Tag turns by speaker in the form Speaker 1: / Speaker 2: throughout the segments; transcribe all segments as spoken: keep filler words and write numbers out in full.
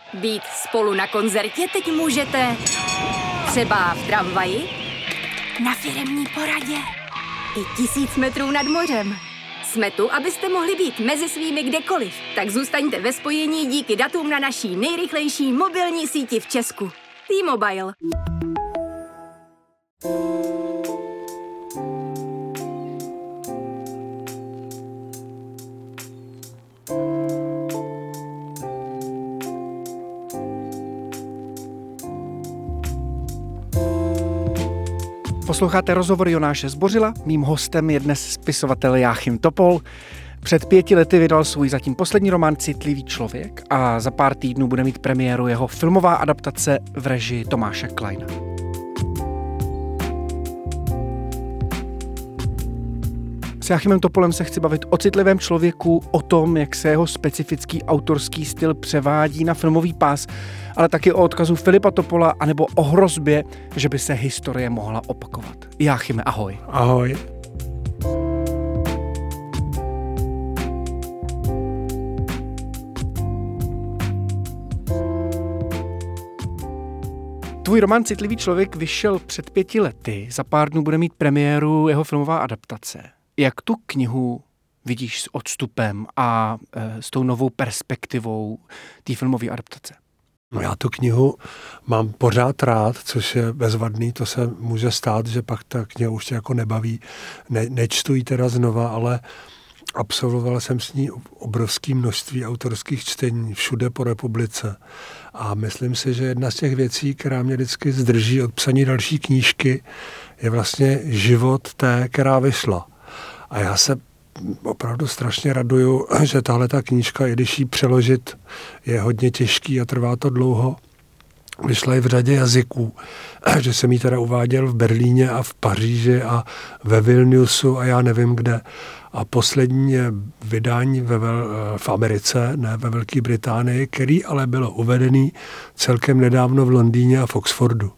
Speaker 1: Být spolu na koncertě teď můžete třeba v tramvaji, na firemní poradě i tisíc metrů nad mořem. Jsme tu, abyste mohli být mezi svými kdekoliv. Tak zůstaňte ve spojení díky datům na naší nejrychlejší mobilní síti v Česku. T-Mobile.
Speaker 2: Posloucháte rozhovor Jonáše Zbořila, mým hostem je dnes spisovatel Jáchym Topol. Před pěti lety vydal svůj zatím poslední román Citlivý člověk a za pár týdnů bude mít premiéru jeho filmová adaptace v režii Tomáše Kleina. S Jáchymem Topolem se chci bavit o citlivém člověku, o tom, jak se jeho specifický autorský styl převádí na filmový pás, ale taky o odkazu Filipa Topola anebo o hrozbě, že by se historie mohla opakovat. Jáchyme, ahoj.
Speaker 3: Ahoj.
Speaker 2: Tvůj román Citlivý člověk vyšel před pěti lety, za pár dnů bude mít premiéru jeho filmová adaptace. Jak tu knihu vidíš s odstupem a e, s tou novou perspektivou té filmové adaptace?
Speaker 3: No já tu knihu mám pořád rád, což je bezvadný, to se může stát, že pak ta kniha už tě jako nebaví. Ne, nečtu ji teda znova, ale absolvoval jsem s ní obrovské množství autorských čtení všude po republice. A myslím si, že jedna z těch věcí, která mě vždycky zdrží od psaní další knížky, je vlastně život té, která vyšla. A já se opravdu strašně raduju, že tahle ta knížka, i když ji přeložit je hodně těžký a trvá to dlouho, vyšla i v řadě jazyků, že jsem ji teda uváděl v Berlíně a v Paříži a ve Vilniusu a já nevím kde. A poslední je vydání ve vel, v Americe, ne ve Velké Británii, který ale bylo uvedený celkem nedávno v Londýně a v Oxfordu.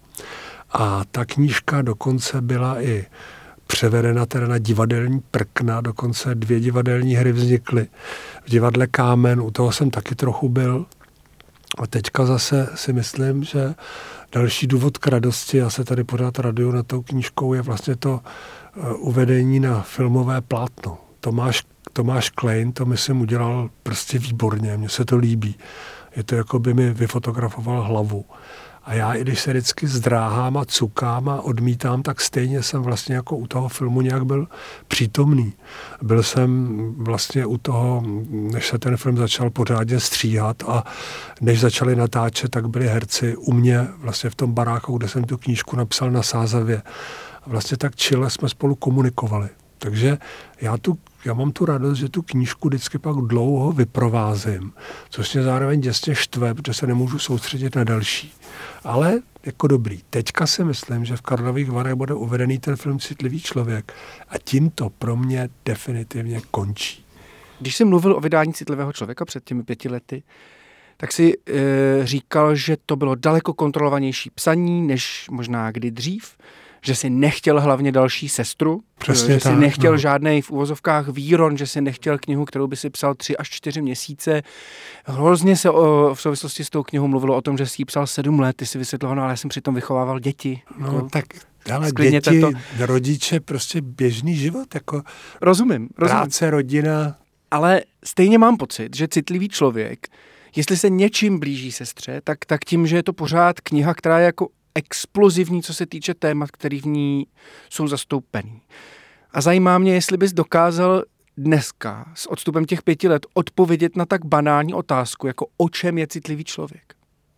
Speaker 3: A ta knížka dokonce byla i převedena teda na divadelní prkna, dokonce dvě divadelní hry vznikly. V divadle Kámen, u toho jsem taky trochu byl. A teďka zase si myslím, že další důvod k radosti, já se tady pořád raduju nad tou knížkou, je vlastně to uvedení na filmové plátno. Tomáš, Tomáš Klein to myslím udělal prostě výborně, mně se to líbí. Je to jako by mi vyfotografoval hlavu. A já, i když se vždycky zdráhám a cukám a odmítám, tak stejně jsem vlastně jako u toho filmu nějak byl přítomný. Byl jsem vlastně u toho, než se ten film začal pořádně stříhat a než začali natáčet, tak byli herci u mě vlastně v tom baráku, kde jsem tu knížku napsal na Sázavě. A vlastně tak čile jsme spolu komunikovali. Takže já, tu, já mám tu radost, že tu knížku vždycky pak dlouho vyprovázím, což mě zároveň děsně štve, protože se nemůžu soustředit na další. Ale jako dobrý. Teďka si myslím, že v Karlových Varech bude uvedený ten film Citlivý člověk a tím to pro mě definitivně končí.
Speaker 2: Když jsi mluvil o vydání Citlivého člověka před těmi pěti lety, tak si e, říkal, že to bylo daleko kontrolovanější psaní, než možná kdy dřív, že si nechtěl hlavně další sestru,
Speaker 3: Přesně
Speaker 2: že
Speaker 3: tak,
Speaker 2: si nechtěl
Speaker 3: no.
Speaker 2: žádnej v uvozovkách výron, že si nechtěl knihu, kterou by si psal tři až čtyři měsíce. Hrozně se o, v souvislosti s tou knihou mluvilo o tom, že si ji psal sedm let, ty si vysvětloval, no ale já jsem přitom vychovával děti.
Speaker 3: No
Speaker 2: jako,
Speaker 3: tak, ale děti, to. rodiče, prostě běžný život, jako
Speaker 2: rozumím, rozumím.
Speaker 3: práce, rodina.
Speaker 2: Ale stejně mám pocit, že Citlivý člověk, jestli se něčím blíží sestře, tak, tak tím, že je to pořád kniha, která je jako explozivní, co se týče témat, který v ní jsou zastoupený. A zajímá mě, jestli bys dokázal dneska s odstupem těch pěti let odpovědět na tak banální otázku, jako o čem je citlivý člověk.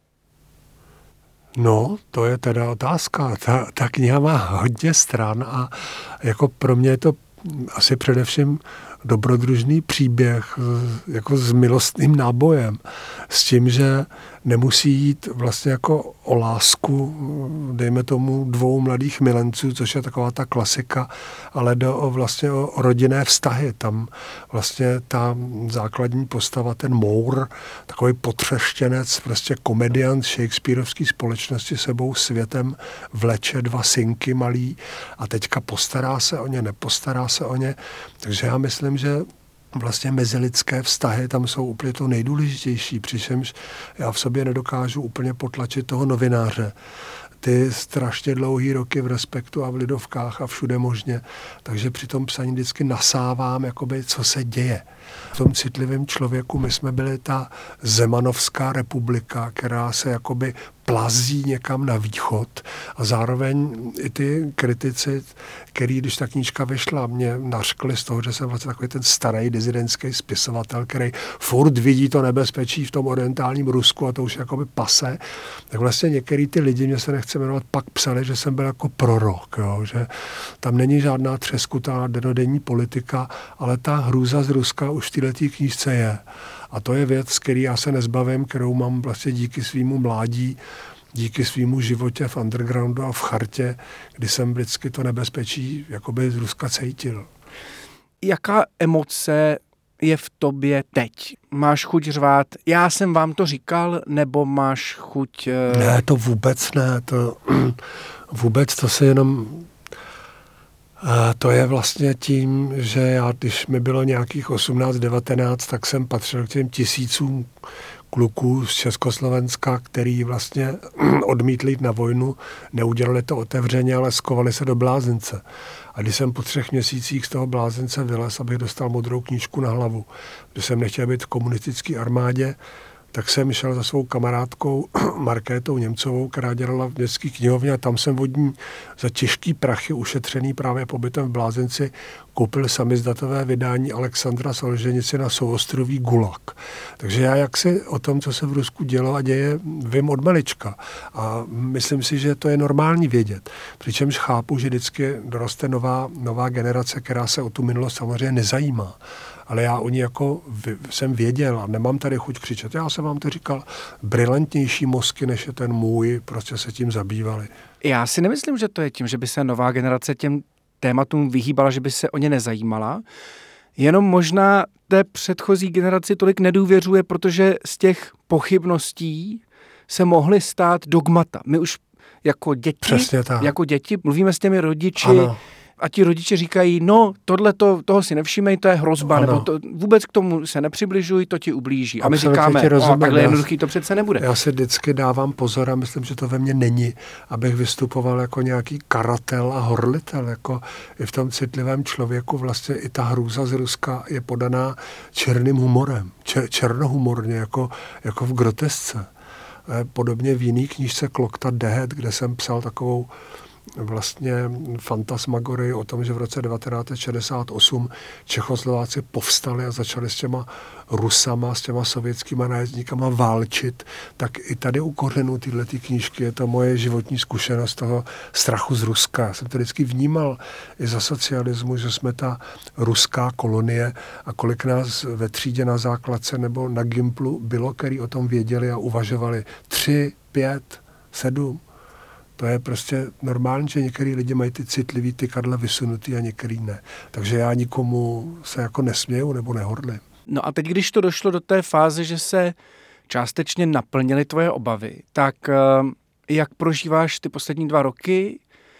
Speaker 3: No, to je teda otázka. Ta, ta kniha má hodně stran a jako pro mě je to asi především dobrodružný příběh jako s milostným nábojem. S tím, že nemusí jít vlastně jako o lásku, dejme tomu dvou mladých milenců, což je taková ta klasika, ale jde o vlastně o rodinné vztahy. Tam vlastně ta základní postava, ten Moore, takový potřeštěnec, prostě komediant shakespearovské společnosti sebou světem vleče dva synky malý a teďka postará se o ně, nepostará se o ně. Takže já myslím, že vlastně mezilidské vztahy tam jsou úplně to nejdůležitější, přičemž já v sobě nedokážu úplně potlačit toho novináře. Ty strašně dlouhý roky v Respektu a v Lidovkách a všude možně, takže při tom psaní vždycky nasávám, jakoby, co se děje. V tom citlivém člověku my jsme byli ta Zemanovská republika, která se jakoby plazí někam na východ a zároveň i ty kritici, který, když ta knížka vyšla, mě nařkli z toho, že jsem vlastně takový ten starý dizidentský spisovatel, který furt vidí to nebezpečí v tom orientálním Rusku a to už jakoby pase, tak vlastně některý ty lidi, mě se nechce jmenovat, pak psali, že jsem byl jako prorok, jo, že tam není žádná třeskutá denodenní politika, ale ta hrůza z Ruska už v této knížce je. A to je věc, z který já se nezbavím, kterou mám vlastně díky svýmu mládí, díky svýmu životě v undergroundu a v chartě, kdy jsem vždycky to nebezpečí jakoby z Ruska cítil.
Speaker 2: Jaká emoce je v tobě teď? Máš chuť řvát, já jsem vám to říkal, nebo máš chuť... Uh...
Speaker 3: Ne, to vůbec ne. To, vůbec to se jenom... A to je vlastně tím, že já, když mi bylo nějakých osmnáct devatenáct, tak jsem patřil k těm tisícům kluků z Československa, který vlastně odmítli jít na vojnu, neudělali to otevřeně, ale skovali se do blázince. A když jsem po třech měsících z toho blázince vylez, abych dostal modrou knížku na hlavu, když jsem nechtěl být v komunistické armádě, tak jsem šel za svou kamarádkou Markétou Němcovou, která dělala v městské knihovně a tam jsem od ní za těžký prachy ušetřený právě pobytem v blázinci koupil samizdatové vydání Alexandra Solženicina Souostrový gulag. Takže já jak si o tom, co se v Rusku dělo a děje, vím od malička. A myslím si, že to je normální vědět. Přičemž chápu, že vždycky doroste nová, nová generace, která se o tu minulost samozřejmě nezajímá. Ale já o ní jako jsem věděl a nemám tady chuť křičet. Já jsem vám to říkal, brilantnější mozky, než je ten můj, prostě se tím zabývali.
Speaker 2: Já si nemyslím, že to je tím, že by se nová generace těm tématům vyhýbala, že by se o ně nezajímala. Jenom možná té předchozí generaci tolik nedůvěřuje, protože z těch pochybností se mohly stát dogmata. My už jako děti, jako děti mluvíme s těmi rodiči, ano. A ti rodiče říkají, no, tohleto, toho si nevšímej, to je hrozba, ano. Nebo to, vůbec k tomu se nepřibližuj, to ti ublíží. A my absolutně říkáme, no, takhle jednoduchý to přece nebude.
Speaker 3: Já si vždycky dávám pozor a myslím, že to ve mně není, abych vystupoval jako nějaký karatel a horlitel, jako i v tom citlivém člověku vlastně i ta hrůza z Ruska je podaná černým humorem, čer, černohumorně, jako, jako v grotesce. Podobně v jiný knížce Klokta Dehet, kde jsem psal takovou vlastně fantasmagorii o tom, že v roce devatenáct set šedesát osm Čechoslováci povstali a začali s těma Rusama, s těma sovětskýma nájezdníkama válčit, tak i tady u kořenů tyhlety knížky je to moje životní zkušenost toho strachu z Ruska. Já jsem to vždycky vnímal i za socialismu, že jsme ta ruská kolonie a kolik nás ve třídě na základce nebo na Gimplu bylo, který o tom věděli a uvažovali. Tři, pět, sedm. To je prostě normální, že některý lidi mají ty citlivý tykadla vysunutý a některý ne. Takže já nikomu se jako nesměju nebo nehorlím.
Speaker 2: No a teď, když to došlo do té fáze, že se částečně naplnily tvoje obavy, tak jak prožíváš ty poslední dva roky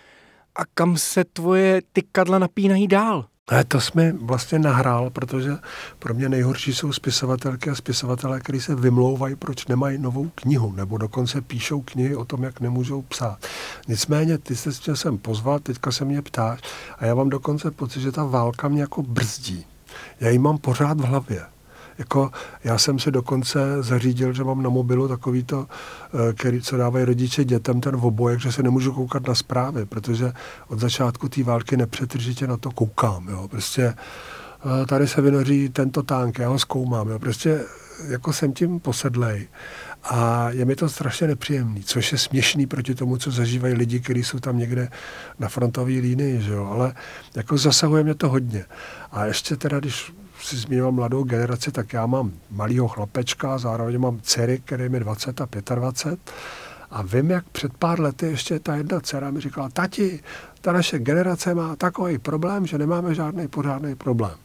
Speaker 2: a kam se tvoje tykadla napínají dál?
Speaker 3: Ne, to jsi mi vlastně nahrál, protože pro mě nejhorší jsou spisovatelky a spisovatelé, kteří se vymlouvají, proč nemají novou knihu, nebo dokonce píšou knihy o tom, jak nemůžou psát. Nicméně, ty jsi se sem pozval, teďka se mě ptáš a já mám dokonce pocit, že ta válka mě jako brzdí. Já ji mám pořád v hlavě. Jako, já jsem si dokonce zařídil, že mám na mobilu takový to, který, co dávají rodiče dětem, ten obojek, že se nemůžu koukat na zprávy, protože od začátku té války nepřetržitě na to koukám. Jo. Prostě tady se vynoří tento tank, já ho zkoumám. Jo. Prostě jako jsem tím posedlej. A je mi to strašně nepříjemný, což je směšný proti tomu, co zažívají lidi, kteří jsou tam někde na frontové línii, že jo. Ale jako zasahuje mě to hodně. A ještě teda, když si zmínil mladou generaci, tak já mám malýho chlapečka, zároveň mám dcery, které mi dvacet a dvacet pět. A vím, jak před pár lety ještě ta jedna dcera mi říkala, tati, ta naše generace má takový problém, že nemáme žádný pořádný problém.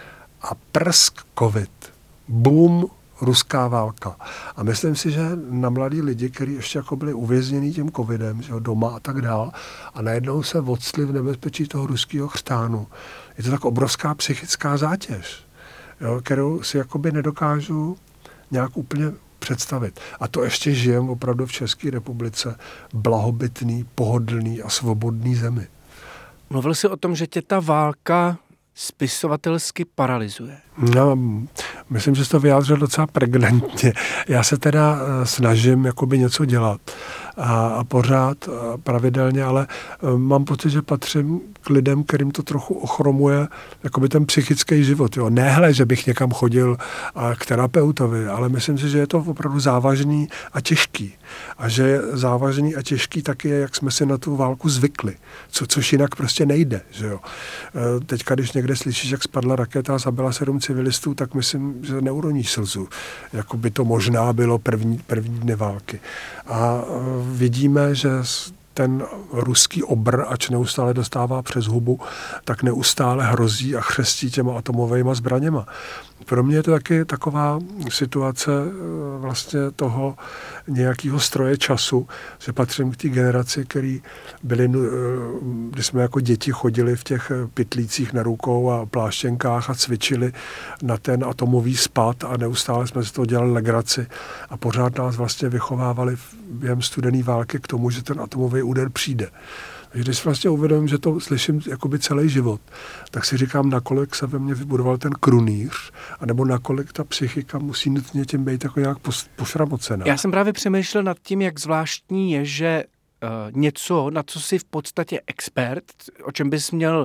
Speaker 3: A prsk covid, boom, ruská válka. A myslím si, že na mladí lidi, kteří ještě jako byli uvězněni tím covidem, že jo, doma a tak dál, a najednou se odstli v nebezpečí toho ruského chřtánu. Je to tak obrovská psychická zátěž, jo, kterou si jakoby nedokážu nějak úplně představit. A to ještě žijem opravdu v České republice blahobytný, pohodlný a svobodný zemi.
Speaker 2: Mluvil jsi o tom, že tě ta válka spisovatelsky paralyzuje.
Speaker 3: No, myslím, že jsi to vyjádřil docela pregnantně. Já se teda snažím jakoby něco dělat a, a pořád a pravidelně, ale mám pocit, že patřím k lidem, kterým to trochu ochromuje jakoby ten psychický život. Jo. Nehle, že bych někam chodil a k terapeutovi, ale myslím si, že je to opravdu závažný a těžký. A že je závažný a těžký taky je, jak jsme si na tu válku zvykli. Co, což jinak prostě nejde. Že jo. Teďka, když někde slyšíš, jak spadla raketa a zabila sedm civilistů, tak myslím, že neuroníš slzu. Jako by to možná bylo první, první dny války. A vidíme, že ten ruský obr, ač neustále dostává přes hubu, tak neustále hrozí a chřestí těma atomovými zbraněma. Pro mě je to taky taková situace vlastně toho nějakého stroje času, že patřím k té generaci, který byli, když jsme jako děti chodili v těch pytlících na rukou a pláštěnkách a cvičili na ten atomový spad a neustále jsme si to dělali legraci a pořád nás vlastně vychovávali během studené války k tomu, že ten atomový úder přijde. Když si vlastně uvědomím, že to slyším jakoby celý život, tak si říkám, nakolik se ve mně vybudoval ten krunýř, anebo nakolik ta psychika musí nutně tím být jako nějak pošramocená.
Speaker 2: Já jsem právě přemýšlel nad tím, jak zvláštní je, že uh, něco, na co jsi v podstatě expert, o čem bys měl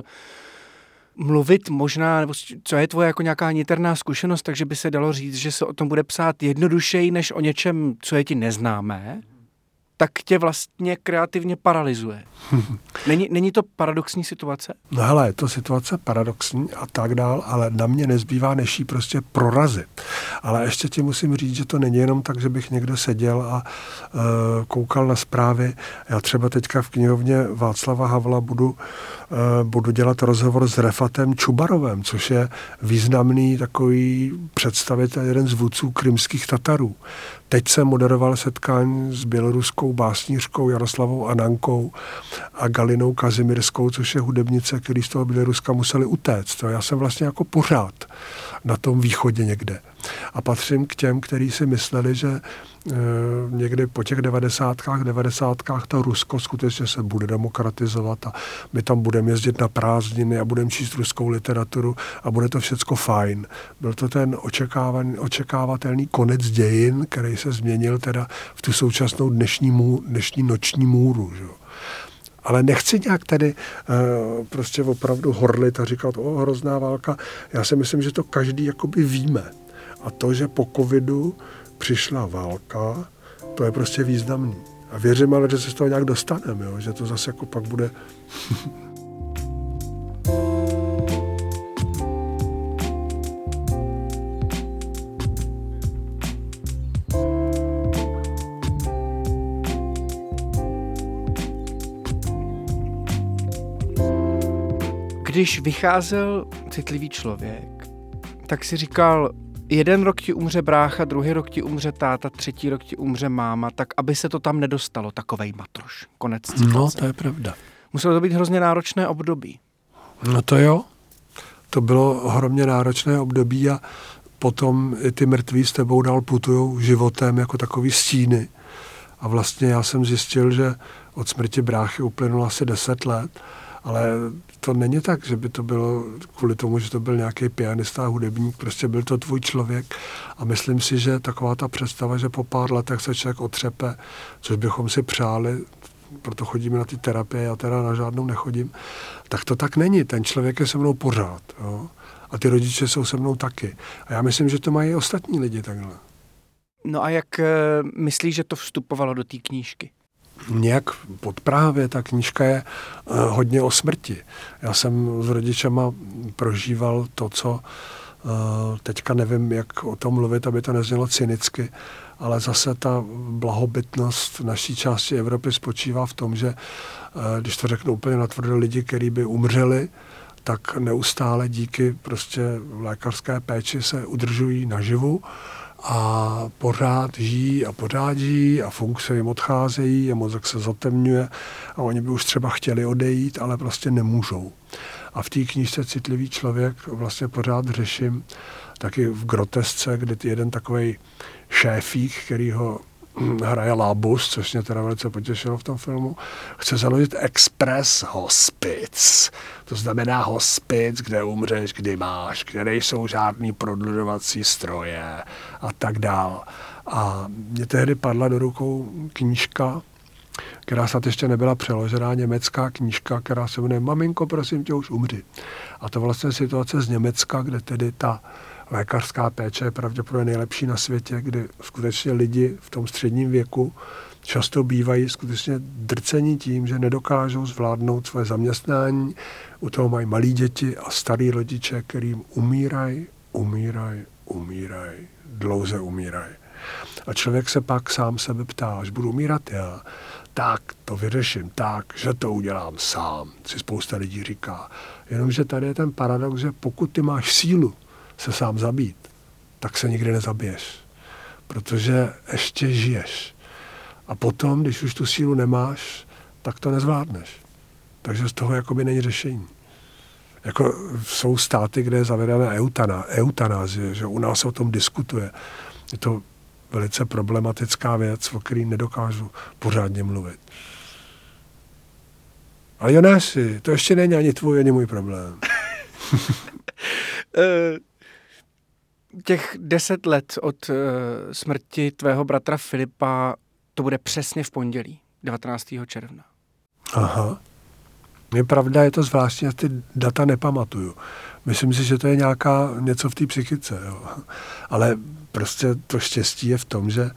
Speaker 2: mluvit možná, nebo co je tvoje jako nějaká niterná zkušenost, takže by se dalo říct, že se o tom bude psát jednodušeji, než o něčem, co je ti neznámé, tak tě vlastně kreativně paralyzuje. Není, není to paradoxní situace?
Speaker 3: No hele, je to situace paradoxní a tak dál, ale na mě nezbývá, než jí prostě prorazit. Ale ještě ti musím říct, že to není jenom tak, že bych někde seděl a uh, koukal na zprávy. Já třeba teďka v knihovně Václava Havla budu, uh, budu dělat rozhovor s Refatem Čubarovem, což je významný takový představitel, jeden z vůdců krymských Tatarů. Teď jsem moderoval setkání s běloruskou básnířkou Jaroslavou Anankou a Galinou Kazimirskou, což je hudebnice, který z toho Běloruska museli utéct. Já jsem vlastně jako pořád na tom východě někde. A patřím k těm, kteří si mysleli, že e, někdy po těch devadesátkách, devadesátkách to Rusko skutečně se bude demokratizovat a my tam budeme jezdit na prázdniny a budeme číst ruskou literaturu a bude to všecko fajn. Byl to ten očekávaný, očekávatelný konec dějin, který se změnil teda v tu současnou dnešní, mů, dnešní noční můru. Že? Ale nechci nějak tady uh, prostě opravdu horlit a říkat, o, hrozná válka. Já si myslím, že to každý jakoby víme. A to, že po covidu přišla válka, to je prostě významný. A věřím ale, že se z toho nějak dostaneme, jo? Že to zase jako pak bude...
Speaker 2: Když vycházel Citlivý člověk, tak si říkal, jeden rok ti umře brácha, druhý rok ti umře táta, třetí rok ti umře máma, tak aby se to tam nedostalo, takovej matroš. Konec citace.
Speaker 3: No, to je pravda.
Speaker 2: Muselo to být hrozně náročné období.
Speaker 3: No to jo. To bylo ohromně náročné období a potom i ty mrtví s tebou dál putujou životem jako takový stíny. A vlastně já jsem zjistil, že od smrti bráchy uplynulo asi deset let, ale to není tak, že by to bylo kvůli tomu, že to byl nějaký pianista a hudebník, prostě byl to tvůj člověk a myslím si, že taková ta představa, že po pár letech se člověk otřepe, což bychom si přáli, proto chodíme na ty terapie, já teda na žádnou nechodím, tak to tak není, ten člověk je se mnou pořád, jo? A ty rodiče jsou se mnou taky. A já myslím, že to mají i ostatní lidi takhle.
Speaker 2: No a jak myslíš, že to vstupovalo do té knížky?
Speaker 3: Nějak podprávě, ta knížka je uh, hodně o smrti. Já jsem s rodičema prožíval to, co uh, teďka nevím, jak o tom mluvit, aby to neznělo cynicky, ale zase ta blahobytnost naší části Evropy spočívá v tom, že uh, když to řeknu úplně natvrdo, lidi, kteří by umřeli, tak neustále díky prostě lékařské péči se udržují naživu a pořád žijí a pořád žijí a funkce jim odcházejí a mozek se zatemňuje a oni by už třeba chtěli odejít, ale prostě nemůžou. A v té knížce Citlivý člověk vlastně pořád řeším taky v Grotesce, kdy jeden takovej šéfík, který ho hraje Lábus, což mě teda velice potěšilo v tom filmu, chce založit Express Hospice. To znamená hospic, kde umřeš, kdy máš, kde nejsou žádný prodlužovací stroje a tak dál. A mě tehdy padla do rukou knížka, která snad ještě nebyla přeložená, německá knížka, která se jmenuje Maminko, prosím tě, už umři. A to vlastně situace z Německa, kde tedy ta lékařská péče je pravděpodobně nejlepší na světě, kdy skutečně lidi v tom středním věku často bývají skutečně drcení tím, že nedokážou zvládnout své zaměstnání. U toho mají malí děti a starý rodiče, kterým umírají, umírají, umírají, dlouze umírají. A člověk se pak sám sebe ptá, až budu umírat já, tak to vyřeším tak, že to udělám sám, si spousta lidí říká. Jenomže tady je ten paradox, že pokud ty máš sílu se sám zabít, tak se nikdy nezabiješ, protože ještě žiješ. A potom, když už tu sílu nemáš, tak to nezvládneš. Takže z toho jakoby není řešení. Jako jsou státy, kde je zavedena eutana, eutanázie, že u nás se o tom diskutuje. Je to velice problematická věc, o který nedokážu pořádně mluvit. Ale Jonáši, to ještě není ani tvůj, ani můj problém.
Speaker 2: Těch deset let od uh, smrti tvého bratra Filipa, to bude přesně v pondělí, devatenáctého června.
Speaker 3: Aha. Je pravda, je to zvláštní, já ty data nepamatuju. Myslím si, že to je nějaká něco v té psychice. Jo. Ale prostě to štěstí je v tom, že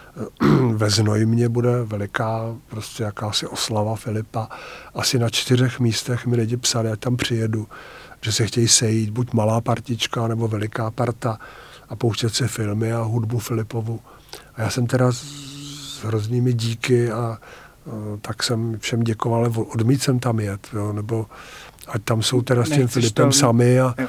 Speaker 3: ve Znojmě bude veliká prostě jakási oslava Filipa. Asi na čtyřech místech mi lidi psali, ať tam přijedu, že se chtějí sejít, buď malá partička nebo veliká parta a pouštět si filmy a hudbu Filipovu. A já jsem teda s hroznými díky a tak jsem všem děkoval, ale odmít jsem tam jet, jo, nebo ať tam jsou teda s tím
Speaker 2: Nechceš
Speaker 3: Filipem
Speaker 2: to...
Speaker 3: sami. A...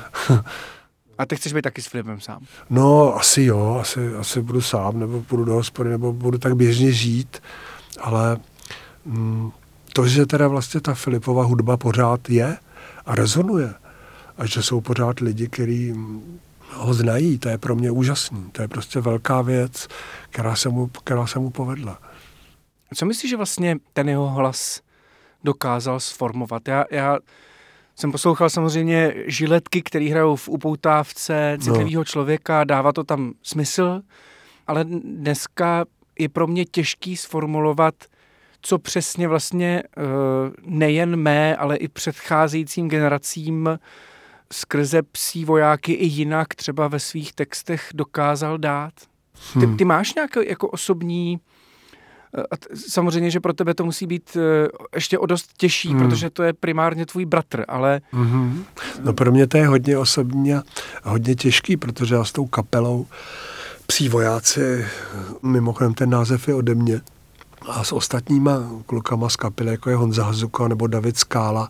Speaker 2: a ty chceš být taky s Filipem sám?
Speaker 3: No, asi jo, asi, asi budu sám, nebo budu do hospody, nebo budu tak běžně žít, ale mm, to, že teda vlastně ta Filipova hudba pořád je a rezonuje, a že jsou pořád lidi, kteří ho znají, to je pro mě úžasný. To je prostě velká věc, která se mu, která se mu povedla.
Speaker 2: Co myslíš, že vlastně ten jeho hlas dokázal sformovat? Já, já jsem poslouchal samozřejmě žiletky, které hrajou v upoutávce citlivého no. člověka, dává to tam smysl, ale dneska je pro mě těžký sformulovat, co přesně vlastně nejen mé, ale i předcházejícím generacím skrze Psí vojáky i jinak třeba ve svých textech dokázal dát. Ty, ty máš nějaké jako osobní... Samozřejmě, že pro tebe to musí být ještě o dost těžší, hmm. protože to je primárně tvůj bratr, ale...
Speaker 3: Mm-hmm. No pro mě to je hodně osobní a hodně těžký, protože já s tou kapelou Psí vojáci, mimochodem ten název je ode mě, a s ostatníma klukama z kapely, jako je Honza Hazuka nebo David Skála,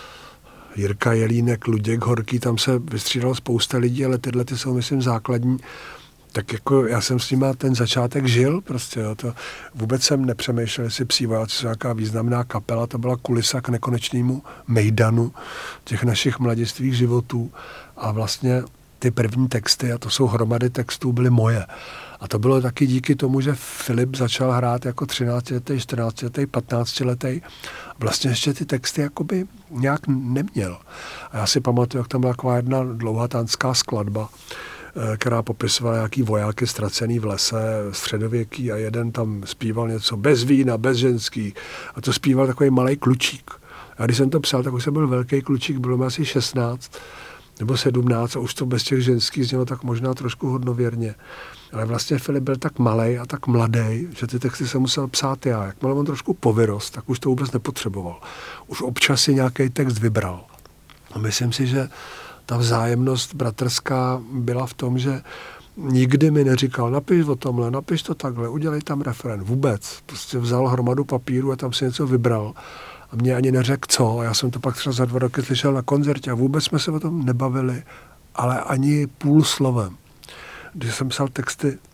Speaker 3: Jirka Jelínek, Luděk Horký, tam se vystřídalo spousta lidí, ale tyhle ty jsou, myslím, základní. Tak jako já jsem s nima ten začátek žil, prostě, jo, to vůbec jsem nepřemýšlel, jestli Psí vojáci jsou nějaká významná kapela, to byla kulisa k nekonečnému mejdanu těch našich mladistvých životů a vlastně ty první texty, a to jsou hromady textů, byly moje. A to bylo taky díky tomu, že Filip začal hrát jako třináctiletý, čtrnáctiletý, patnáctiletý. Vlastně ještě ty texty jakoby nějak neměl. A já si pamatuju, jak tam byla taková jedna dlouhatánská skladba, která popisovala nějaký vojáky ztracený v lese, středověký, a jeden tam zpíval něco bez vína, bez ženský. A to zpíval takový malej klučík. A když jsem to psal, tak už jsem byl velký klučík, bylo mi asi šestnáct nebo sedmnáct a už to bez těch ženských znělo tak možná trošku hodnověrně. Ale vlastně Filip byl tak malej a tak mladý, že ty texty jsem musel psát já. Jakmile on trošku povyrost, tak už to vůbec nepotřeboval. Už občas si nějaký text vybral. A myslím si, že ta vzájemnost bratrská byla v tom, že nikdy mi neříkal, napiš o tomhle, napiš to takhle, udělej tam refrén. Vůbec. Prostě vzal hromadu papíru a tam si něco vybral. A mě ani neřekl co. A já jsem to pak třeba za dva roky slyšel na koncertě a vůbec jsme se o tom nebavili, ale ani půl slovem. Když jsem psal texty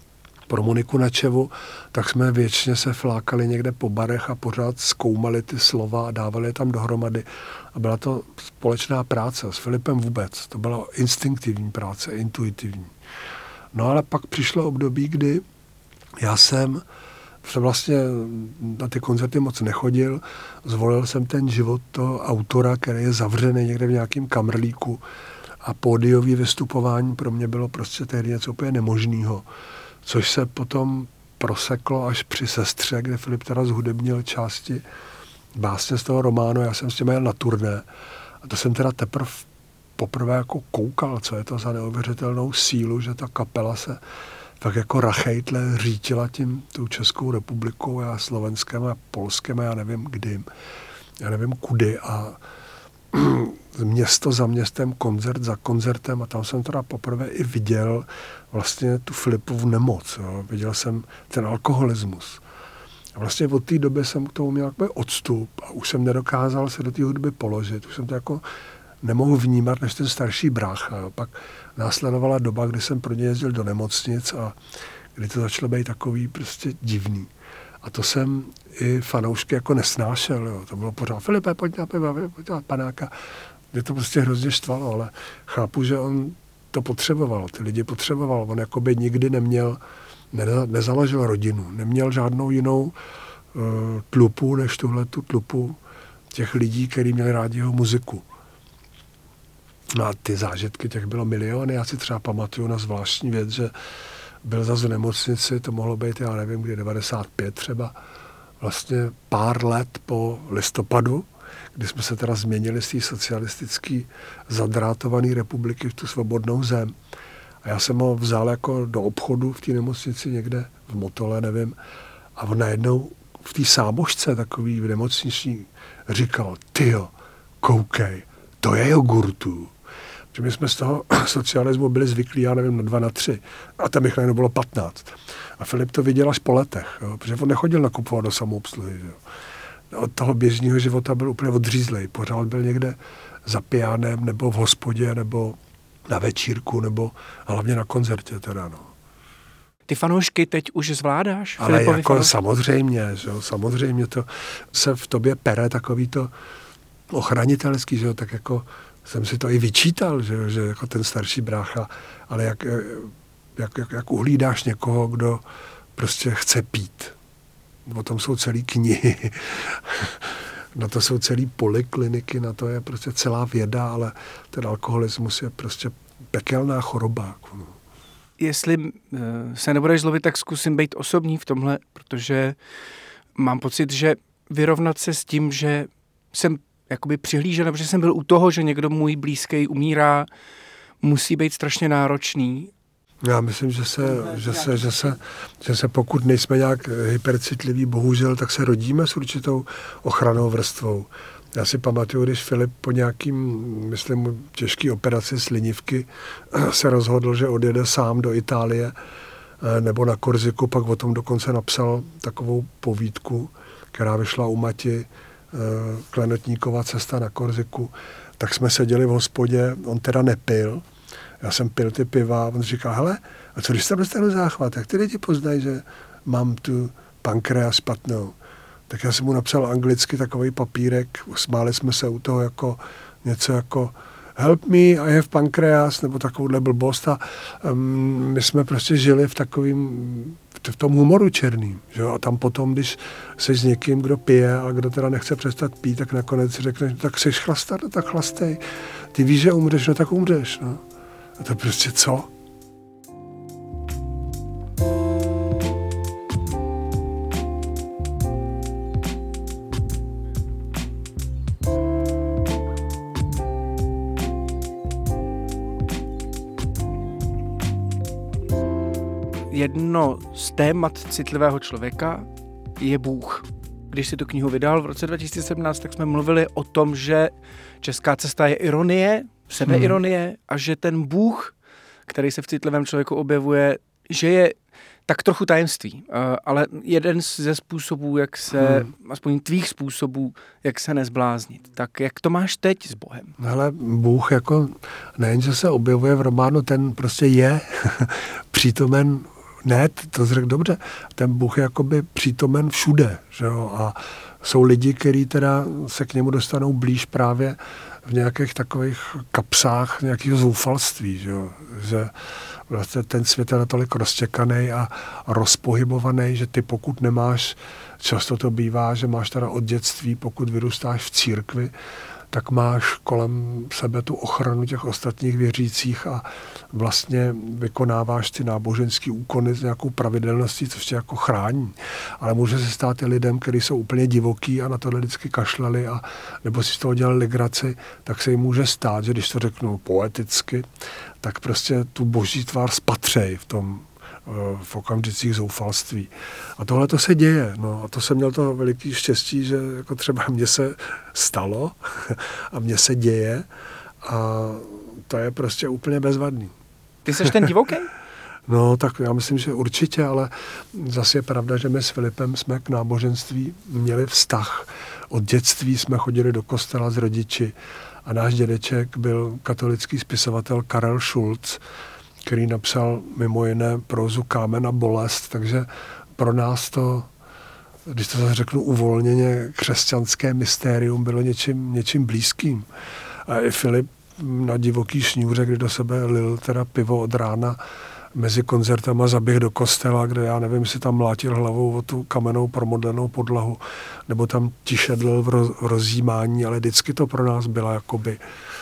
Speaker 3: pro Moniku Načevu, tak jsme věčně se flákali někde po barech a pořád zkoumali ty slova a dávali je tam dohromady. A byla to společná práce. S Filipem vůbec. To byla instinktivní práce, intuitivní. No ale pak přišlo období, kdy já jsem, jsem vlastně na ty koncerty moc nechodil, zvolil jsem ten život toho autora, který je zavřený někde v nějakém kamrlíku a pódiový vystupování pro mě bylo prostě tehdy něco úplně nemožného, což se potom proseklo až při Sestře, kde Filip teda zhudebnil části básně z toho románu, já jsem s tím jel na turné a to jsem teda teprve poprvé jako koukal, co je to za neuvěřitelnou sílu, že ta kapela se tak jako rachejtle řítila tím tou Českou republikou a Slovenskem a Polskem a já nevím kdy, já nevím kudy a město za městem, koncert za koncertem a tam jsem teda poprvé i viděl vlastně tu Filipovu nemoc. Jo. Viděl jsem ten alkoholismus. A vlastně od té doby jsem k tomu měl takový odstup a už jsem nedokázal se do té hudby položit. Už jsem to jako nemohl vnímat než ten starší brácha. Jo. Pak následovala doba, kdy jsem pro ně jezdil do nemocnic a kdy to začalo být takový prostě divný. A to jsem i fanoušky jako nesnášel. Jo. To bylo pořád, Filipe, pojď na piva, pojď na panáka. Mě to prostě hrozně štvalo, ale chápu, že on to potřeboval, ty lidi potřeboval. On jakoby nikdy neměl, ne, nezaložil rodinu, neměl žádnou jinou uh, tlupu, než tuhle tu tlupu těch lidí, kteří měli rádi jeho muziku. No a ty zážitky, těch bylo miliony. Já si třeba pamatuju na zvláštní věc, že byl zase v nemocnici, to mohlo být, já nevím, kdy devadesát pět třeba, vlastně pár let po listopadu, kdy jsme se teda změnili z té socialistické zadrátované republiky v tu svobodnou zem. A já jsem ho vzal jako do obchodu v té nemocnici někde v Motole, nevím, a on najednou v té sámošce takový v nemocniční říkal, tyjo, koukej, to je jogurtů. Že my jsme z toho socialismu byli zvyklí, já nevím, na dva, na tři. A tam jich najednou bylo patnáct. A Filip to viděl až po letech, jo, protože on nechodil nakupovat do samoobsluhy. Jo. Od toho běžného života byl úplně odřízlej. Pořád byl někde za pijánem, nebo v hospodě, nebo na večírku, nebo hlavně na koncertě teda, no.
Speaker 2: Ty fanoušky teď už zvládáš?
Speaker 3: Ale Filipovi jako fanoušky? Samozřejmě, že jo, samozřejmě to se v tobě pere takový to ochranitelský, že jo, tak jako jsem si to i vyčítal, že, že jako ten starší brácha, ale jak, jak, jak, jak uhlídáš někoho, kdo prostě chce pít. O tom jsou celý knihy, na to jsou celý polikliniky, na to je prostě celá věda, ale ten alkoholismus je prostě pekelná choroba.
Speaker 2: Jestli se nebudeš zlobit, tak zkusím být osobní v tomhle, protože mám pocit, že vyrovnat se s tím, že jsem jakoby přihlížel, protože jsem byl u toho, že někdo můj blízký umírá, musí být strašně náročný.
Speaker 3: Já myslím, že se, že se, že se, že se pokud nejsme nějak hypercitliví, bohužel, tak se rodíme s určitou ochrannou vrstvou. Já si pamatuju, když Filip po nějakým, myslím, těžký operaci slinivky se rozhodl, že odjede sám do Itálie nebo na Korziku, pak o tom dokonce napsal takovou povídku, která vyšla u Mati, Klenotníkova cesta na Korziku, tak jsme seděli v hospodě, on teda nepil, já jsem pil ty piva, on říkal, hele, a co když tam dostanu záchvat, jak ty lidi poznají, že mám tu pankreas špatnou? Tak já jsem mu napsal anglicky takový papírek, smáli jsme se u toho jako něco jako help me, I have pancreas, nebo takovouhle blbost a um, my jsme prostě žili v takovým, v tom humoru černým, že jo? A tam potom, když jsi s někým, kdo pije a kdo teda nechce přestat pít, tak nakonec si řekneš, tak jsi chlastat, no tak chlastej. Ty víš, že umřeš, no tak umřeš, no. A to prostě co?
Speaker 2: Jedno z témat citlivého člověka je Bůh. Když si tu knihu vydal v roce dva tisíce sedmnáct, tak jsme mluvili o tom, že česká cesta je ironie, sebeironie hmm. a že ten Bůh, který se v citlivém člověku objevuje, že je tak trochu tajemství. Ale jeden ze způsobů, jak se, hmm. aspoň tvých způsobů, jak se nezbláznit. Tak jak to máš teď s Bohem?
Speaker 3: Hele, Bůh jako nejenže se objevuje v románu, ten prostě je přítomen Ne, to řekl dobře. Ten Bůh je jakoby přítomen všude. Že jo? A jsou lidi, kteří teda se k němu dostanou blíž právě v nějakých takových kapsách nějakého zoufalství. Že jo? Že vlastně ten svět je natolik roztěkaný a rozpohybovaný, že ty pokud nemáš, často to bývá, že máš teda od dětství, pokud vyrůstáš v církvi, tak máš kolem sebe tu ochranu těch ostatních věřících a vlastně vykonáváš ty náboženský úkony s nějakou pravidelností, což tě jako chrání. Ale může se stát i lidem, kteří jsou úplně divoký a na tohle vždycky kašlali a nebo si z toho dělali legraci, tak se jim může stát, že když to řeknu poeticky, tak prostě tu boží tvár spatřej v tom v okamžicích zoufalství. A tohle to se děje. No, a to jsem měl to veliký štěstí, že jako třeba mně se stalo a mně se děje a to je prostě úplně bezvadný.
Speaker 2: Ty jsi ten divoký?
Speaker 3: No, tak já myslím, že určitě, ale zase je pravda, že my s Filipem jsme k náboženství měli vztah. Od dětství jsme chodili do kostela s rodiči a náš dědeček byl katolický spisovatel Karel Schulz, který napsal mimo jiné prózu Kámen a bolest, takže pro nás to, když to zase řeknu uvolněně, křesťanské mystérium bylo něčím, něčím blízkým. A i Filip na divoký šňůře, kdy do sebe lil teda pivo od rána, mezi koncertama zaběh do kostela, kde já nevím, jestli tam mlátil hlavou o tu kamennou promodlenou podlahu, nebo tam tišedlil v, roz, v rozjímání, ale vždycky to pro nás byla jakoby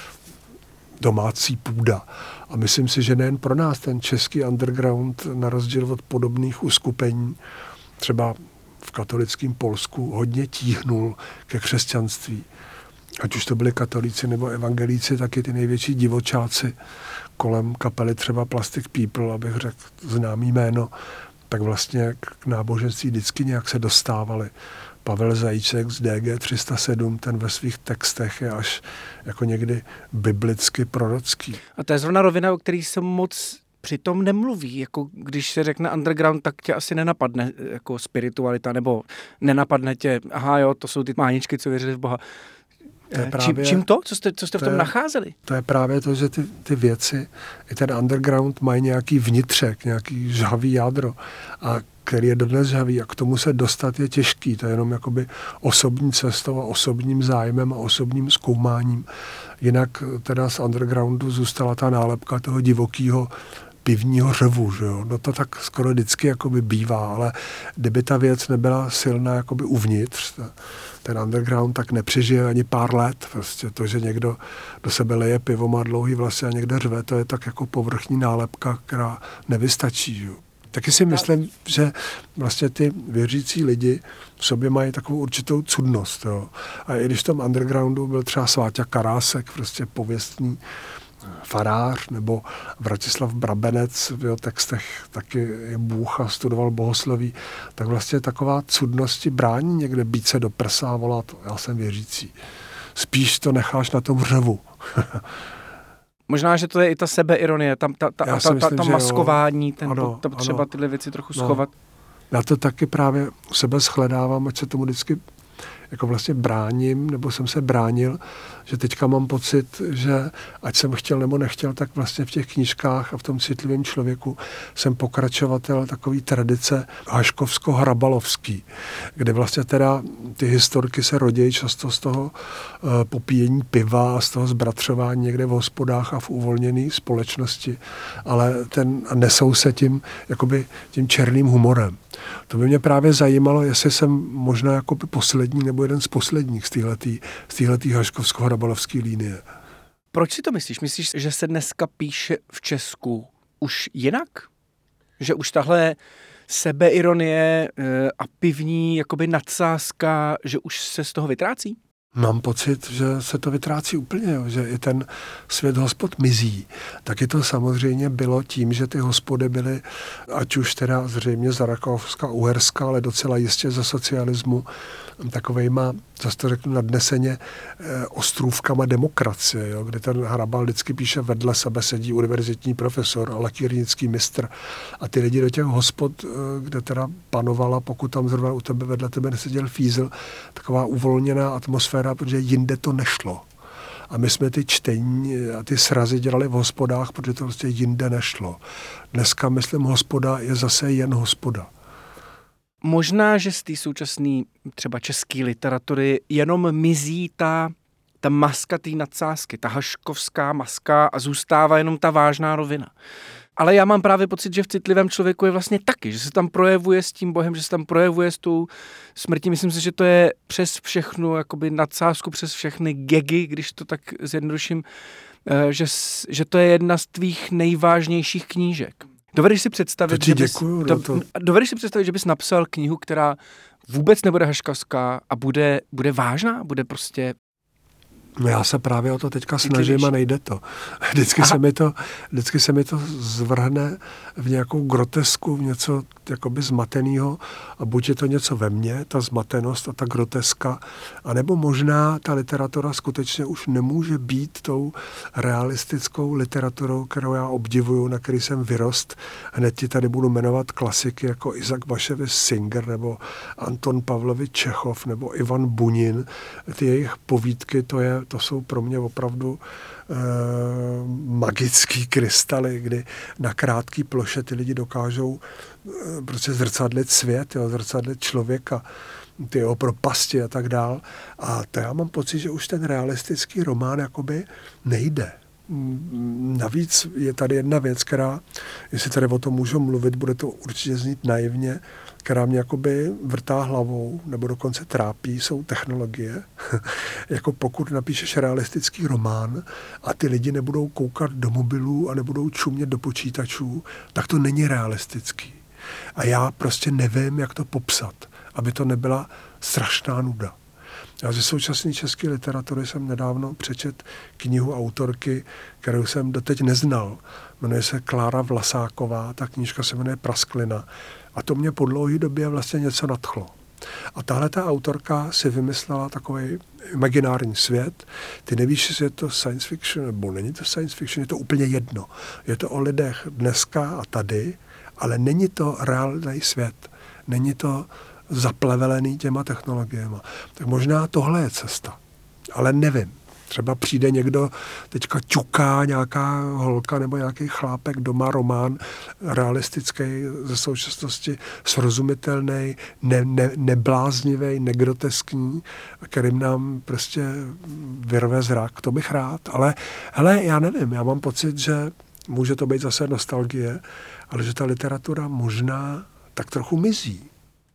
Speaker 3: domácí půda. A myslím si, že nejen pro nás ten český underground, na rozdíl od podobných uskupení, třeba v katolickém Polsku, hodně tíhnul ke křesťanství. Ať už to byli katolíci nebo evangelíci, taky ty největší divočáci kolem kapely třeba Plastic People, abych řekl známý jméno, tak vlastně k náboženství vždycky nějak se dostávali. Pavel Zajíček z D G tři sta sedm, ten ve svých textech je až jako někdy biblicky prorocký.
Speaker 2: A to je zrovna rovina, o který se moc přitom nemluví. Jako když se řekne underground, tak tě asi nenapadne jako spiritualita, nebo nenapadne tě, aha jo, to jsou ty máničky, co věřili v Boha.
Speaker 3: To je právě,
Speaker 2: čím, čím to? Co jste, co jste
Speaker 3: to
Speaker 2: v tom
Speaker 3: je,
Speaker 2: nacházeli?
Speaker 3: To je právě to, že ty, ty věci, i ten underground mají nějaký vnitřek, nějaký žhavý jádro, a který je dodnes žhavý a k tomu se dostat je těžký. To je jenom jakoby osobní cestou a osobním zájmem a osobním zkoumáním. Jinak teda z undergroundu zůstala ta nálepka toho divokýho pivního řevu, že jo? No to tak skoro vždycky jakoby bývá, ale kdyby ta věc nebyla silná jakoby uvnitř, ten underground tak nepřežije ani pár let. Prostě to, že někdo do sebe leje pivo, má dlouhý vlasy a někde řve, to je tak jako povrchní nálepka, která nevystačí. Že? Taky si myslím, že vlastně ty věřící lidi v sobě mají takovou určitou cudnost. Jo? A i když v tom undergroundu byl třeba Sváťa Karásek, prostě pověstný farář, nebo Vratislav Brabenec v jeho textech taky je Bůh a studoval bohosloví, tak vlastně taková cudnosti brání někde být se do prsa a volat, já jsem věřící. Spíš to necháš na tom řevu.
Speaker 2: Možná, že to je i ta sebeironie, tam ta, ta, ta, ta, myslím, ta maskování, ten, ano, to, třeba ano. Tyhle věci trochu no. schovat.
Speaker 3: Já to taky právě u sebe shledávám, ať se tomu vždycky jako vlastně bráním, nebo jsem se bránil, že teďka mám pocit, že ať jsem chtěl nebo nechtěl, tak vlastně v těch knížkách a v tom citlivém člověku jsem pokračovatel takový tradice haškovsko-hrabalovský, kde vlastně teda ty historky se rodějí často z toho uh, popíjení piva a z toho zbratřování někde v hospodách a v uvolněné společnosti, ale ten, nesou se tím, jakoby tím černým humorem. To by mě právě zajímalo, jestli jsem možná jako poslední nebo jeden z posledních z téhletý, z téhletý haškovsko-hrabalovské línie.
Speaker 2: Proč si to myslíš? Myslíš, že se dneska píše v Česku už jinak? Že už tahle sebeironie a pivní jakoby nadsázka, že už se z toho vytrácí?
Speaker 3: Mám pocit, že se to vytrácí úplně, jo, že i ten svět hospod mizí. Taky to samozřejmě bylo tím, že ty hospody byly, ať už teda zřejmě za Rakouska-Uherska, ale docela jistě za socialismu, takovejma, zase to řeknu nadneseně, ostrůvkama demokracie, jo, kde ten Hrabal vždycky píše, vedle sebe sedí univerzitní profesor a lakírnický mistr a ty lidi do těch hospod, kde teda panovala, pokud tam zrovna u tebe vedle tebe neseděl fízl, taková uvolněná atmosféra, protože jinde to nešlo. A my jsme ty čtení a ty srazy dělali v hospodách, protože to prostě jinde nešlo. Dneska, myslím, hospoda je zase jen hospoda.
Speaker 2: Možná, že z té současné třeba české literatury jenom mizí ta, ta maska té nadsázky, ta haškovská maska a zůstává jenom ta vážná rovina. Ale já mám právě pocit, že v citlivém člověku je vlastně taky, že se tam projevuje s tím Bohem, že se tam projevuje s tou smrtí. Myslím si, že to je přes všechnu jakoby nadsázku, přes všechny gagy, když to tak zjednoduším, že, že to je jedna z tvých nejvážnějších knížek. Dovedeš si představit,
Speaker 3: to
Speaker 2: že bys,
Speaker 3: děkuju,
Speaker 2: to,
Speaker 3: to...
Speaker 2: dovedeš si představit, že bys napsal knihu, která vůbec nebude haškavská a bude, bude vážná, bude prostě...
Speaker 3: No já se právě o to teďka snažím a nejde to. Vždycky se, mi to. vždycky se mi to zvrhne v nějakou grotesku, v něco jakoby zmatenýho a buď je to něco ve mně, ta zmatenost a ta groteska, anebo možná ta literatura skutečně už nemůže být tou realistickou literaturou, kterou já obdivuju, na který jsem vyrost. Hned ti tady budu jmenovat klasiky jako Isaac Bashevis Singer nebo Anton Pavlovič Čechov nebo Ivan Bunin. Ty jejich povídky, to je to jsou pro mě opravdu e, magický krystaly, kdy na krátký ploše ty lidi dokážou e, prostě zrcadlit svět, jo, zrcadlit člověka, ty jeho propasti a tak dál. A to já mám pocit, že už ten realistický román jakoby nejde. Navíc je tady jedna věc, která, jestli tady o tom můžu mluvit, bude to určitě znít naivně, která mě jakoby vrtá hlavou, nebo dokonce trápí, jsou technologie. Jako pokud napíšeš realistický román a ty lidi nebudou koukat do mobilů a nebudou čumět do počítačů, tak to není realistický. A já prostě nevím, jak to popsat, aby to nebyla strašná nuda. Já ze současné české literatury jsem nedávno přečet knihu autorky, kterou jsem doteď neznal. Jmenuje se Klára Vlasáková, ta knížka se jmenuje Prasklina. A to mě po dlouhé době vlastně něco nadchlo. A tahle ta autorka si vymyslela takový imaginární svět. Ty nevíš, jestli je to science fiction, nebo není to science fiction, je to úplně jedno. Je to o lidech dneska a tady, ale není to reálný svět. Není to zaplevelený těma technologiemi. Tak možná tohle je cesta. Ale nevím. Třeba přijde někdo, teďka ťuká nějaká holka nebo nějaký chlápek doma román realistický ze současnosti, srozumitelný, ne, ne, nebláznivý, negroteskní, kterým nám prostě vyrve zrak. To bych rád. Ale hele, já nevím, já mám pocit, že může to být zase nostalgie, ale že ta literatura možná tak trochu mizí.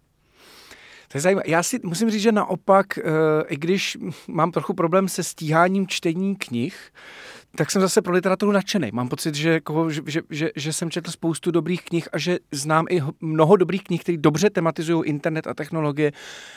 Speaker 2: To je zajímavé. Já si musím říct, že naopak, i když mám trochu problém se stíháním čtení knih, tak jsem zase pro literaturu nadšený. Mám pocit, že, jako, že, že, že, že jsem četl spoustu dobrých knih a že znám i mnoho dobrých knih, které dobře tematizují internet a technologie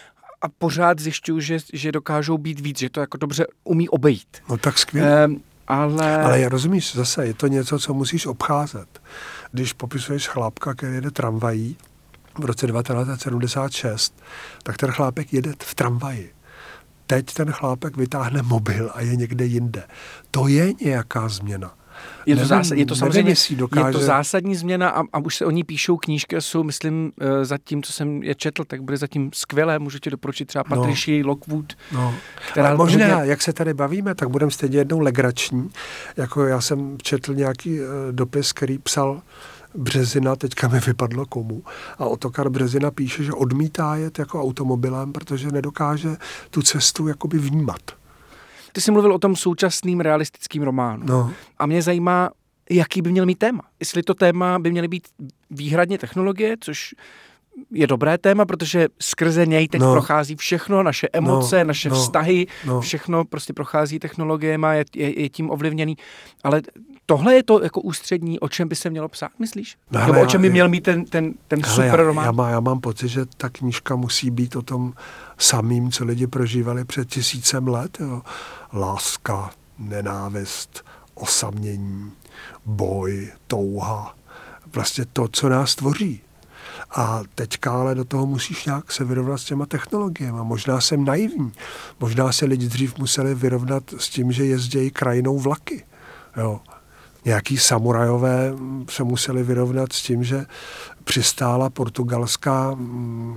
Speaker 2: a pořád zjišťuju, že, že dokážou být víc, že to jako dobře umí obejít.
Speaker 3: No tak skvěle.
Speaker 2: Um, ale...
Speaker 3: ale já rozumíš, zase je to něco, co musíš obcházet. Když popisuješ chlápka, který jede tramvají, v roce devatenáct set sedmdesát šest, tak ten chlápek jede v tramvaji. Teď ten chlápek vytáhne mobil a je někde jinde. To je nějaká změna.
Speaker 2: Je to, zásad, je to samozřejmě
Speaker 3: nevím, dokáže...
Speaker 2: je to zásadní změna a, a už se o ní píšou knížky a jsou, myslím, zatím, co jsem je četl, tak bude zatím skvělé. Můžu ti doporučit třeba Patricia no. Lockwood.
Speaker 3: No.
Speaker 2: Která
Speaker 3: možná,
Speaker 2: hodně...
Speaker 3: jak se tady bavíme, tak budeme stejně jednou legrační. Jako já jsem četl nějaký uh, dopis, který psal Březina, teďka mi vypadlo komu. A Ottokar Březina píše, že odmítá jet jako automobilem, protože nedokáže tu cestu jakoby vnímat.
Speaker 2: Ty jsi mluvil o tom současným realistickým románu.
Speaker 3: No.
Speaker 2: A mě zajímá, jaký by měl mít téma. Jestli to téma by měly být výhradně technologie, což je dobré téma, protože skrze něj teď no. prochází všechno, naše emoce, no. naše
Speaker 3: no.
Speaker 2: vztahy,
Speaker 3: no. všechno
Speaker 2: prostě prochází technologiemi, je, je, je tím ovlivněný. Ale tohle je to jako ústřední, o čem by se mělo psát, myslíš? No, Nebo hele, o čem by měl mít ten, ten, ten hele, super román?
Speaker 3: Já, já, má, já mám pocit, že ta knížka musí být o tom samým, co lidi prožívali před tisícem let. Jo. Láska, nenávist, osamění, boj, touha. Vlastně to, co nás tvoří. A teďka ale do toho musíš nějak se vyrovnat s těma technologiemi. Možná jsem naivní. Možná se lidi dřív museli vyrovnat s tím, že jezdějí krajinou vlaky. Jo. Nějaký samurajové se museli vyrovnat s tím, že přistála portugalská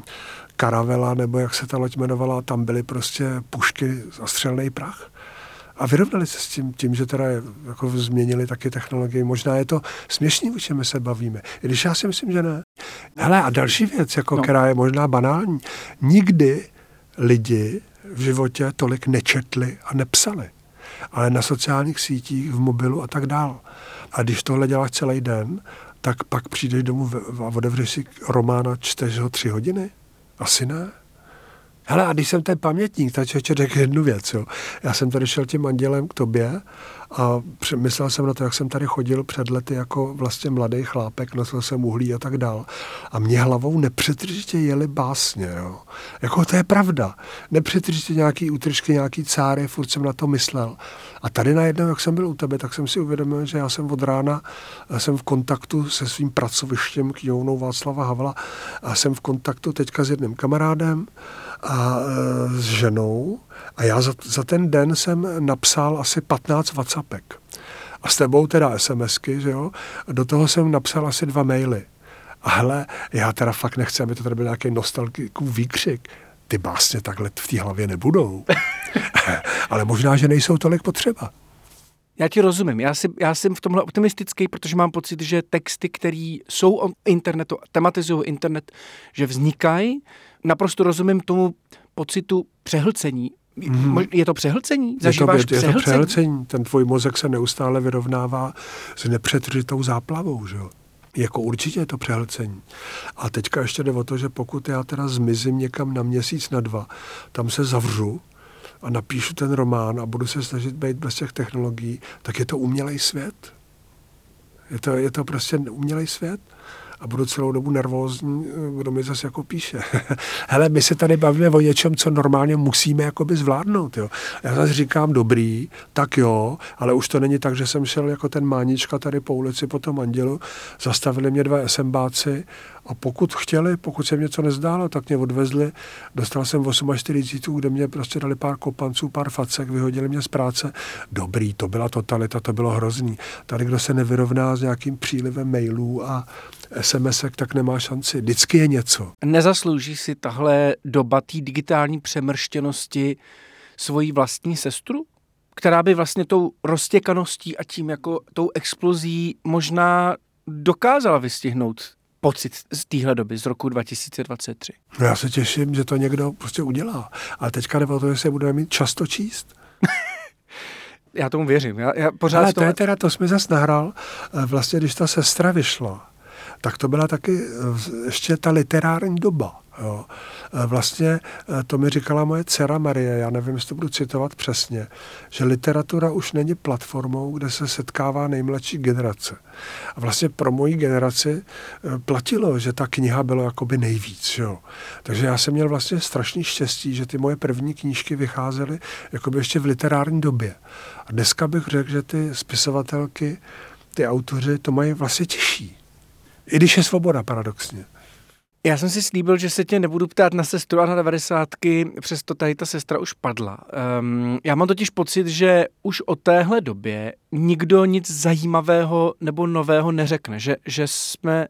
Speaker 3: karavela, nebo jak se ta loď jmenovala, tam byly prostě pušky a střelný prach. A vyrovnali se s tím, tím, že teda jako změnili taky technologii. Možná je to směšný, o čem se bavíme. I když já si myslím, že ne. Hele, a další věc, jako, no. která je možná banální. Nikdy lidi v životě tolik nečetli a nepsali. Ale na sociálních sítích, v mobilu a tak dál. A když tohle děláš celý den, tak pak přijdeš domů a otevřeš si román a čteš ho tři hodiny? Asi ne. Hele, a když jsem ten pamětník, tak ještě řekl jednu věc. Jo. Já jsem tady šel tím andělem k tobě a myslel jsem na to, jak jsem tady chodil před lety jako vlastně mladý chlápek, nosil jsem uhlí a tak dál. A mě hlavou nepřetržitě jeli básně. Jo. Jako to je pravda. Nepřetržitě nějaký útržky, nějaký cáry, furt jsem na to myslel. A tady najednou, jak jsem byl u tebe, tak jsem si uvědomil, že já jsem od rána jsem v kontaktu se svým pracovištěm knihovnou Václava Havla a jsem v kontaktu teďka s jedním kamarádem a e, s ženou a já za, za ten den jsem napsal asi patnáct WhatsAppek. A s tebou teda SMSky, že jo? A do toho jsem napsal asi dva maily. A hele, já teda fakt nechci, aby to tady byl nějaký nostalgický výkřik. Ty básně takhle v té hlavě nebudou. Ale možná, že nejsou tolik potřeba.
Speaker 2: Já ti rozumím. Já, si, já jsem v tomhle optimistický, protože mám pocit, že texty, které jsou o internetu, tematizují internet, že vznikají. Naprosto rozumím tomu pocitu přehlcení. Mm. Je to přehlcení? Zažíváš
Speaker 3: je to, je
Speaker 2: přehlcení?
Speaker 3: to přehlcení. Ten tvůj mozek se neustále vyrovnává s nepřetržitou záplavou, že jo? Jako určitě je to přehlcení. A teďka ještě jde o to, že pokud já teda zmizím někam na měsíc, na dva, tam se zavřu a napíšu ten román a budu se snažit být bez těch technologií, tak je to umělej svět. Je to, je to prostě umělej svět. A budu celou dobu nervózní, kdo mi zase jako píše. Hele, my se tady bavíme o něčem, co normálně musíme jakoby zvládnout. Jo. Já zase říkám dobrý, tak jo, ale už to není tak, že jsem šel jako ten mánička tady po ulici po tom andělu, zastavili mě dva SMBáci a pokud chtěli, pokud se mě něco nezdálo, tak mě odvezli. Dostal jsem čtyřicet osm, kde mě prostě dali pár kopanců, pár facek, vyhodili mě z práce. Dobrý, to byla totalita, to bylo hrozný. Tady, kdo se nevyrovná s nějakým přílivem mailů a SMSek, tak nemá šanci. Vždycky je něco.
Speaker 2: Nezaslouží si tahle doba té digitální přemrštěnosti svoji vlastní sestru, která by vlastně tou roztěkaností a tím jako tou explozí možná dokázala vystihnout pocit z téhle doby, z roku dva tisíce dvacet tři.
Speaker 3: No já se těším, že to někdo prostě udělá. Ale teďka jde o to, že se budeme mít často číst.
Speaker 2: Já tomu věřím. Já, já pořád
Speaker 3: Ale to
Speaker 2: toho...
Speaker 3: je teda, to jsi mi zas nahrál, vlastně když ta sestra vyšla, tak to byla taky ještě ta literární doba. Jo. Vlastně to mi říkala moje dcera Marie, já nevím, jestli to budu citovat přesně, že literatura už není platformou, kde se setkává nejmladší generace. A vlastně pro moji generaci platilo, že ta kniha byla jakoby nejvíc. Jo. Takže já jsem měl vlastně strašný štěstí, že ty moje první knížky vycházely jakoby ještě v literární době. A dneska bych řekl, že ty spisovatelky, ty autoři to mají vlastně těžší. I když je svoboda, paradoxně.
Speaker 2: Já jsem si slíbil, že se tě nebudu ptát na sestru a na devadesátky, přesto tady ta sestra už padla. Um, já mám totiž pocit, že už o téhle době nikdo nic zajímavého nebo nového neřekne, že, že jsme...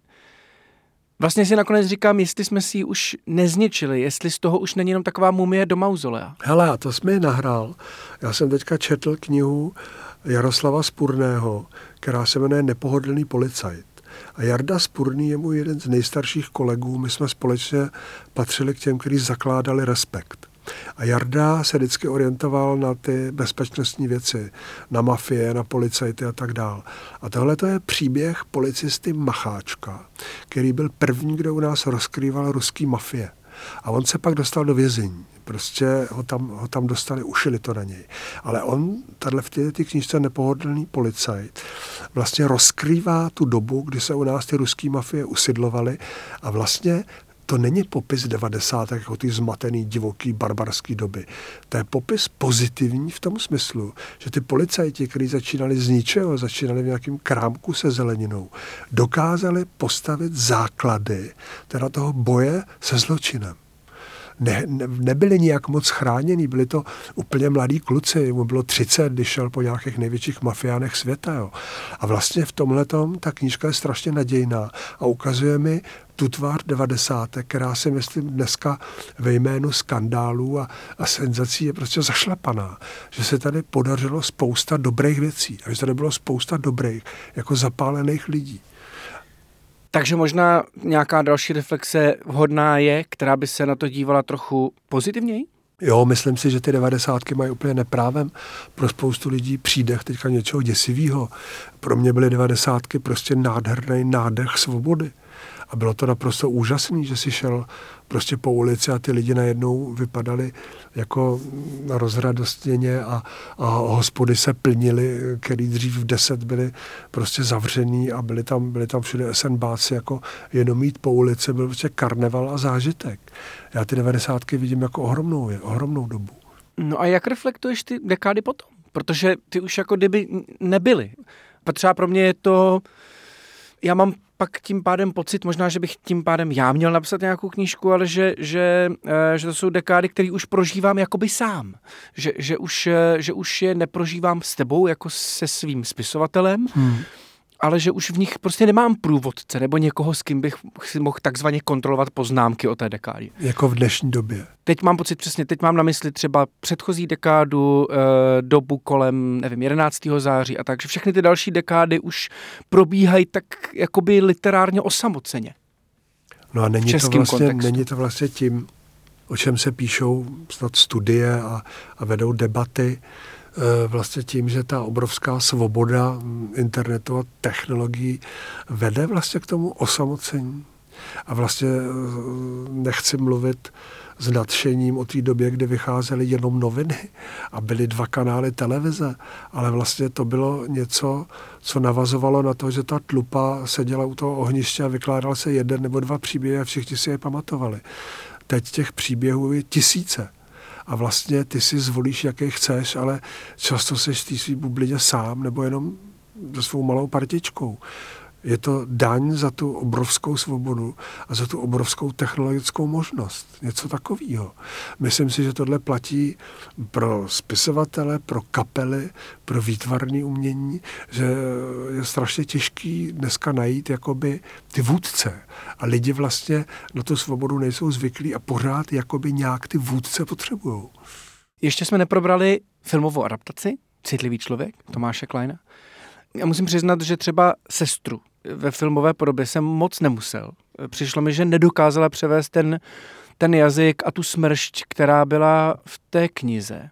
Speaker 2: Vlastně si nakonec říkám, jestli jsme si ji už nezničili, jestli z toho už není jenom taková mumie do mauzolea.
Speaker 3: Hele, to jsi mi nahrál. Já jsem teďka četl knihu Jaroslava Spurného, která se jmenuje Nepohodlný policajt. A Jarda Spurný je můj jeden z nejstarších kolegů. My jsme společně patřili k těm, kteří zakládali Respekt. A Jarda se vždycky orientoval na ty bezpečnostní věci, na mafie, na policajty a tak dál. A tohle to je příběh policisty Macháčka, který byl první, kdo u nás rozkrýval ruský mafie. A on se pak dostal do vězení. Prostě ho tam, ho tam dostali, ušili to na něj. Ale on, tahle v té knížce Nepohodlný policajt, vlastně rozkrývá tu dobu, kdy se u nás ty ruský mafie usidlovaly a vlastně to není popis devadesátek jako ty zmatený, divoký, barbarský doby. To je popis pozitivní v tom smyslu, že ty policajti, kteří začínali z ničeho, začínali v nějakém krámku se zeleninou, dokázali postavit základy teda toho boje se zločinem. Ne, ne, nebyli nijak moc chráněni, byli to úplně mladí kluci, mu bylo třicet, když šel po nějakých největších mafiánech světa. Jo. A vlastně v tomhletom ta knížka je strašně nadějná a ukazuje mi tu tvář devadesátek, která si myslím dneska ve jménu skandálů a, a senzací je prostě zašlapaná. Že se tady podařilo spousta dobrých věcí a že tady bylo spousta dobrých, jako zapálených lidí.
Speaker 2: Takže možná nějaká další reflexe vhodná je, která by se na to dívala trochu pozitivněji?
Speaker 3: Jo, myslím si, že ty devadesátky mají úplně neprávem. Pro spoustu lidí přídech teďka něčeho děsivého. Pro mě byly devadesátky prostě nádherný nádech svobody. A bylo to naprosto úžasný, že si šel prostě po ulici a ty lidi najednou vypadali jako rozradostněně a, a hospody se plnily, který dřív v deset byly prostě zavřený a byli tam, byli tam všude esenbáci, jako jenom jít po ulici, byl prostě karneval a zážitek. Já ty devadesátky vidím jako ohromnou, ohromnou dobu.
Speaker 2: No a jak reflektuješ ty dekády potom? Protože ty už jako kdyby nebyly. Třeba pro mě je to... Já mám pak tím pádem pocit, možná, že bych tím pádem já měl napsat nějakou knížku, ale že, že, že to jsou dekády, které už prožívám jakoby sám. Že, že, už, že už je neprožívám s tebou jako se svým spisovatelem, hmm. ale že už v nich prostě nemám průvodce nebo někoho, s kým bych si mohl takzvaně kontrolovat poznámky o té dekádě.
Speaker 3: Jako v dnešní době.
Speaker 2: Teď mám pocit přesně, teď mám na mysli třeba předchozí dekádu, e, dobu kolem, nevím, jedenáctého září a tak, že všechny ty další dekády už probíhají tak jakoby literárně osamoceně.
Speaker 3: No a není to, vlastně, není to vlastně tím, o čem se píšou snad studie a, a vedou debaty, e, vlastně tím, že ta obrovská svoboda internetu a technologií vede vlastně k tomu osamocení. A vlastně nechci mluvit s nadšením o té době, kdy vycházely jenom noviny a byly dva kanály televize, ale vlastně to bylo něco, co navazovalo na to, že ta tlupa seděla u toho ohniště a vykládal se jeden nebo dva příběhy a všichni si je pamatovali. Teď těch příběhů je tisíce. A vlastně ty si zvolíš, jaký chceš, ale často seš v té svý bublině sám nebo jenom se svou malou partičkou. Je to daň za tu obrovskou svobodu a za tu obrovskou technologickou možnost. Něco takového. Myslím si, že tohle platí pro spisovatele, pro kapely, pro výtvarné umění, že je strašně těžký dneska najít jakoby ty vůdce. A lidi vlastně na tu svobodu nejsou zvyklí a pořád jakoby nějak ty vůdce potřebujou.
Speaker 2: Ještě jsme neprobrali filmovou adaptaci Citlivý člověk Tomáše Kleina. Já musím přiznat, že třeba Sestru ve filmové podobě jsem moc nemusel. Přišlo mi, že nedokázala převést ten, ten jazyk a tu smršť, která byla v té knize.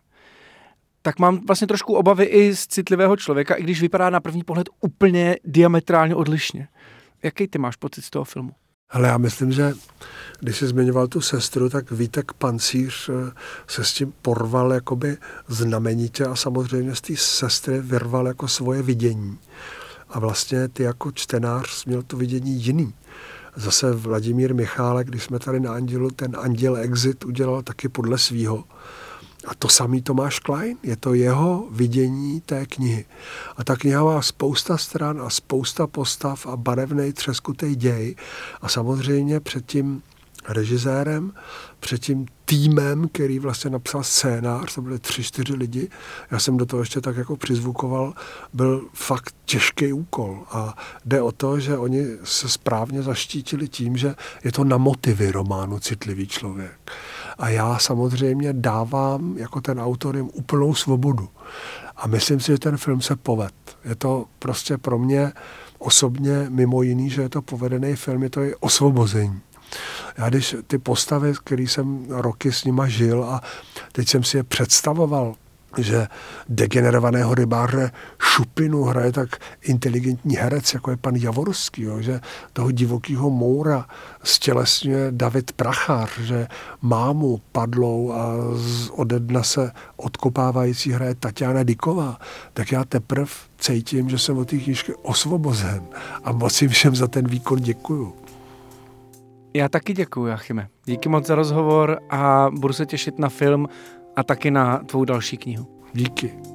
Speaker 2: Tak mám vlastně trošku obavy i z Citlivého člověka, i když vypadá na první pohled úplně diametrálně odlišně. Jaký ty máš pocit z toho filmu?
Speaker 3: Ale já myslím, že když jsi zmiňoval tu Sestru, tak Vítek Pancíř se s tím porval jakoby znamenitě a samozřejmě z té Sestry vyrval jako svoje vidění. A vlastně ty jako čtenář měl to vidění jiný. Zase Vladimír Michálek, když jsme tady na Andělu, ten Anděl Exit udělal taky podle svýho. A to samý Tomáš Klein, je to jeho vidění té knihy. A ta kniha má spousta stran a spousta postav a barevnej třeskutej děj. A samozřejmě před tím režisérem, před tím týmem, který vlastně napsal scénář, to byly tři, čtyři lidi, já jsem do toho ještě tak jako přizvukoval, byl fakt těžký úkol. A jde o to, že oni se správně zaštítili tím, že je to na motivy románu Citlivý člověk. A já samozřejmě dávám jako ten autor jim úplnou svobodu. A myslím si, že ten film se poved. Je to prostě pro mě osobně mimo jiný, že je to povedený film, je to i osvobození. Já když ty postavy, který jsem roky s nima žil a teď jsem si je představoval, že degenerovaného rybáře Šupinu hraje tak inteligentní herec, jako je pan Javorský, jo, že toho divokýho moura stělesňuje David Prachar, že mámu padlou a z ode dna se odkopávající hraje Tatiana Dyková, tak já teprve cítím, že jsem od té knížky osvobozen a moc jim všem za ten výkon děkuju.
Speaker 2: Já taky děkuju, Jachime. Díky moc za rozhovor a budu se těšit na film a taky na tvou další knihu.
Speaker 3: Díky.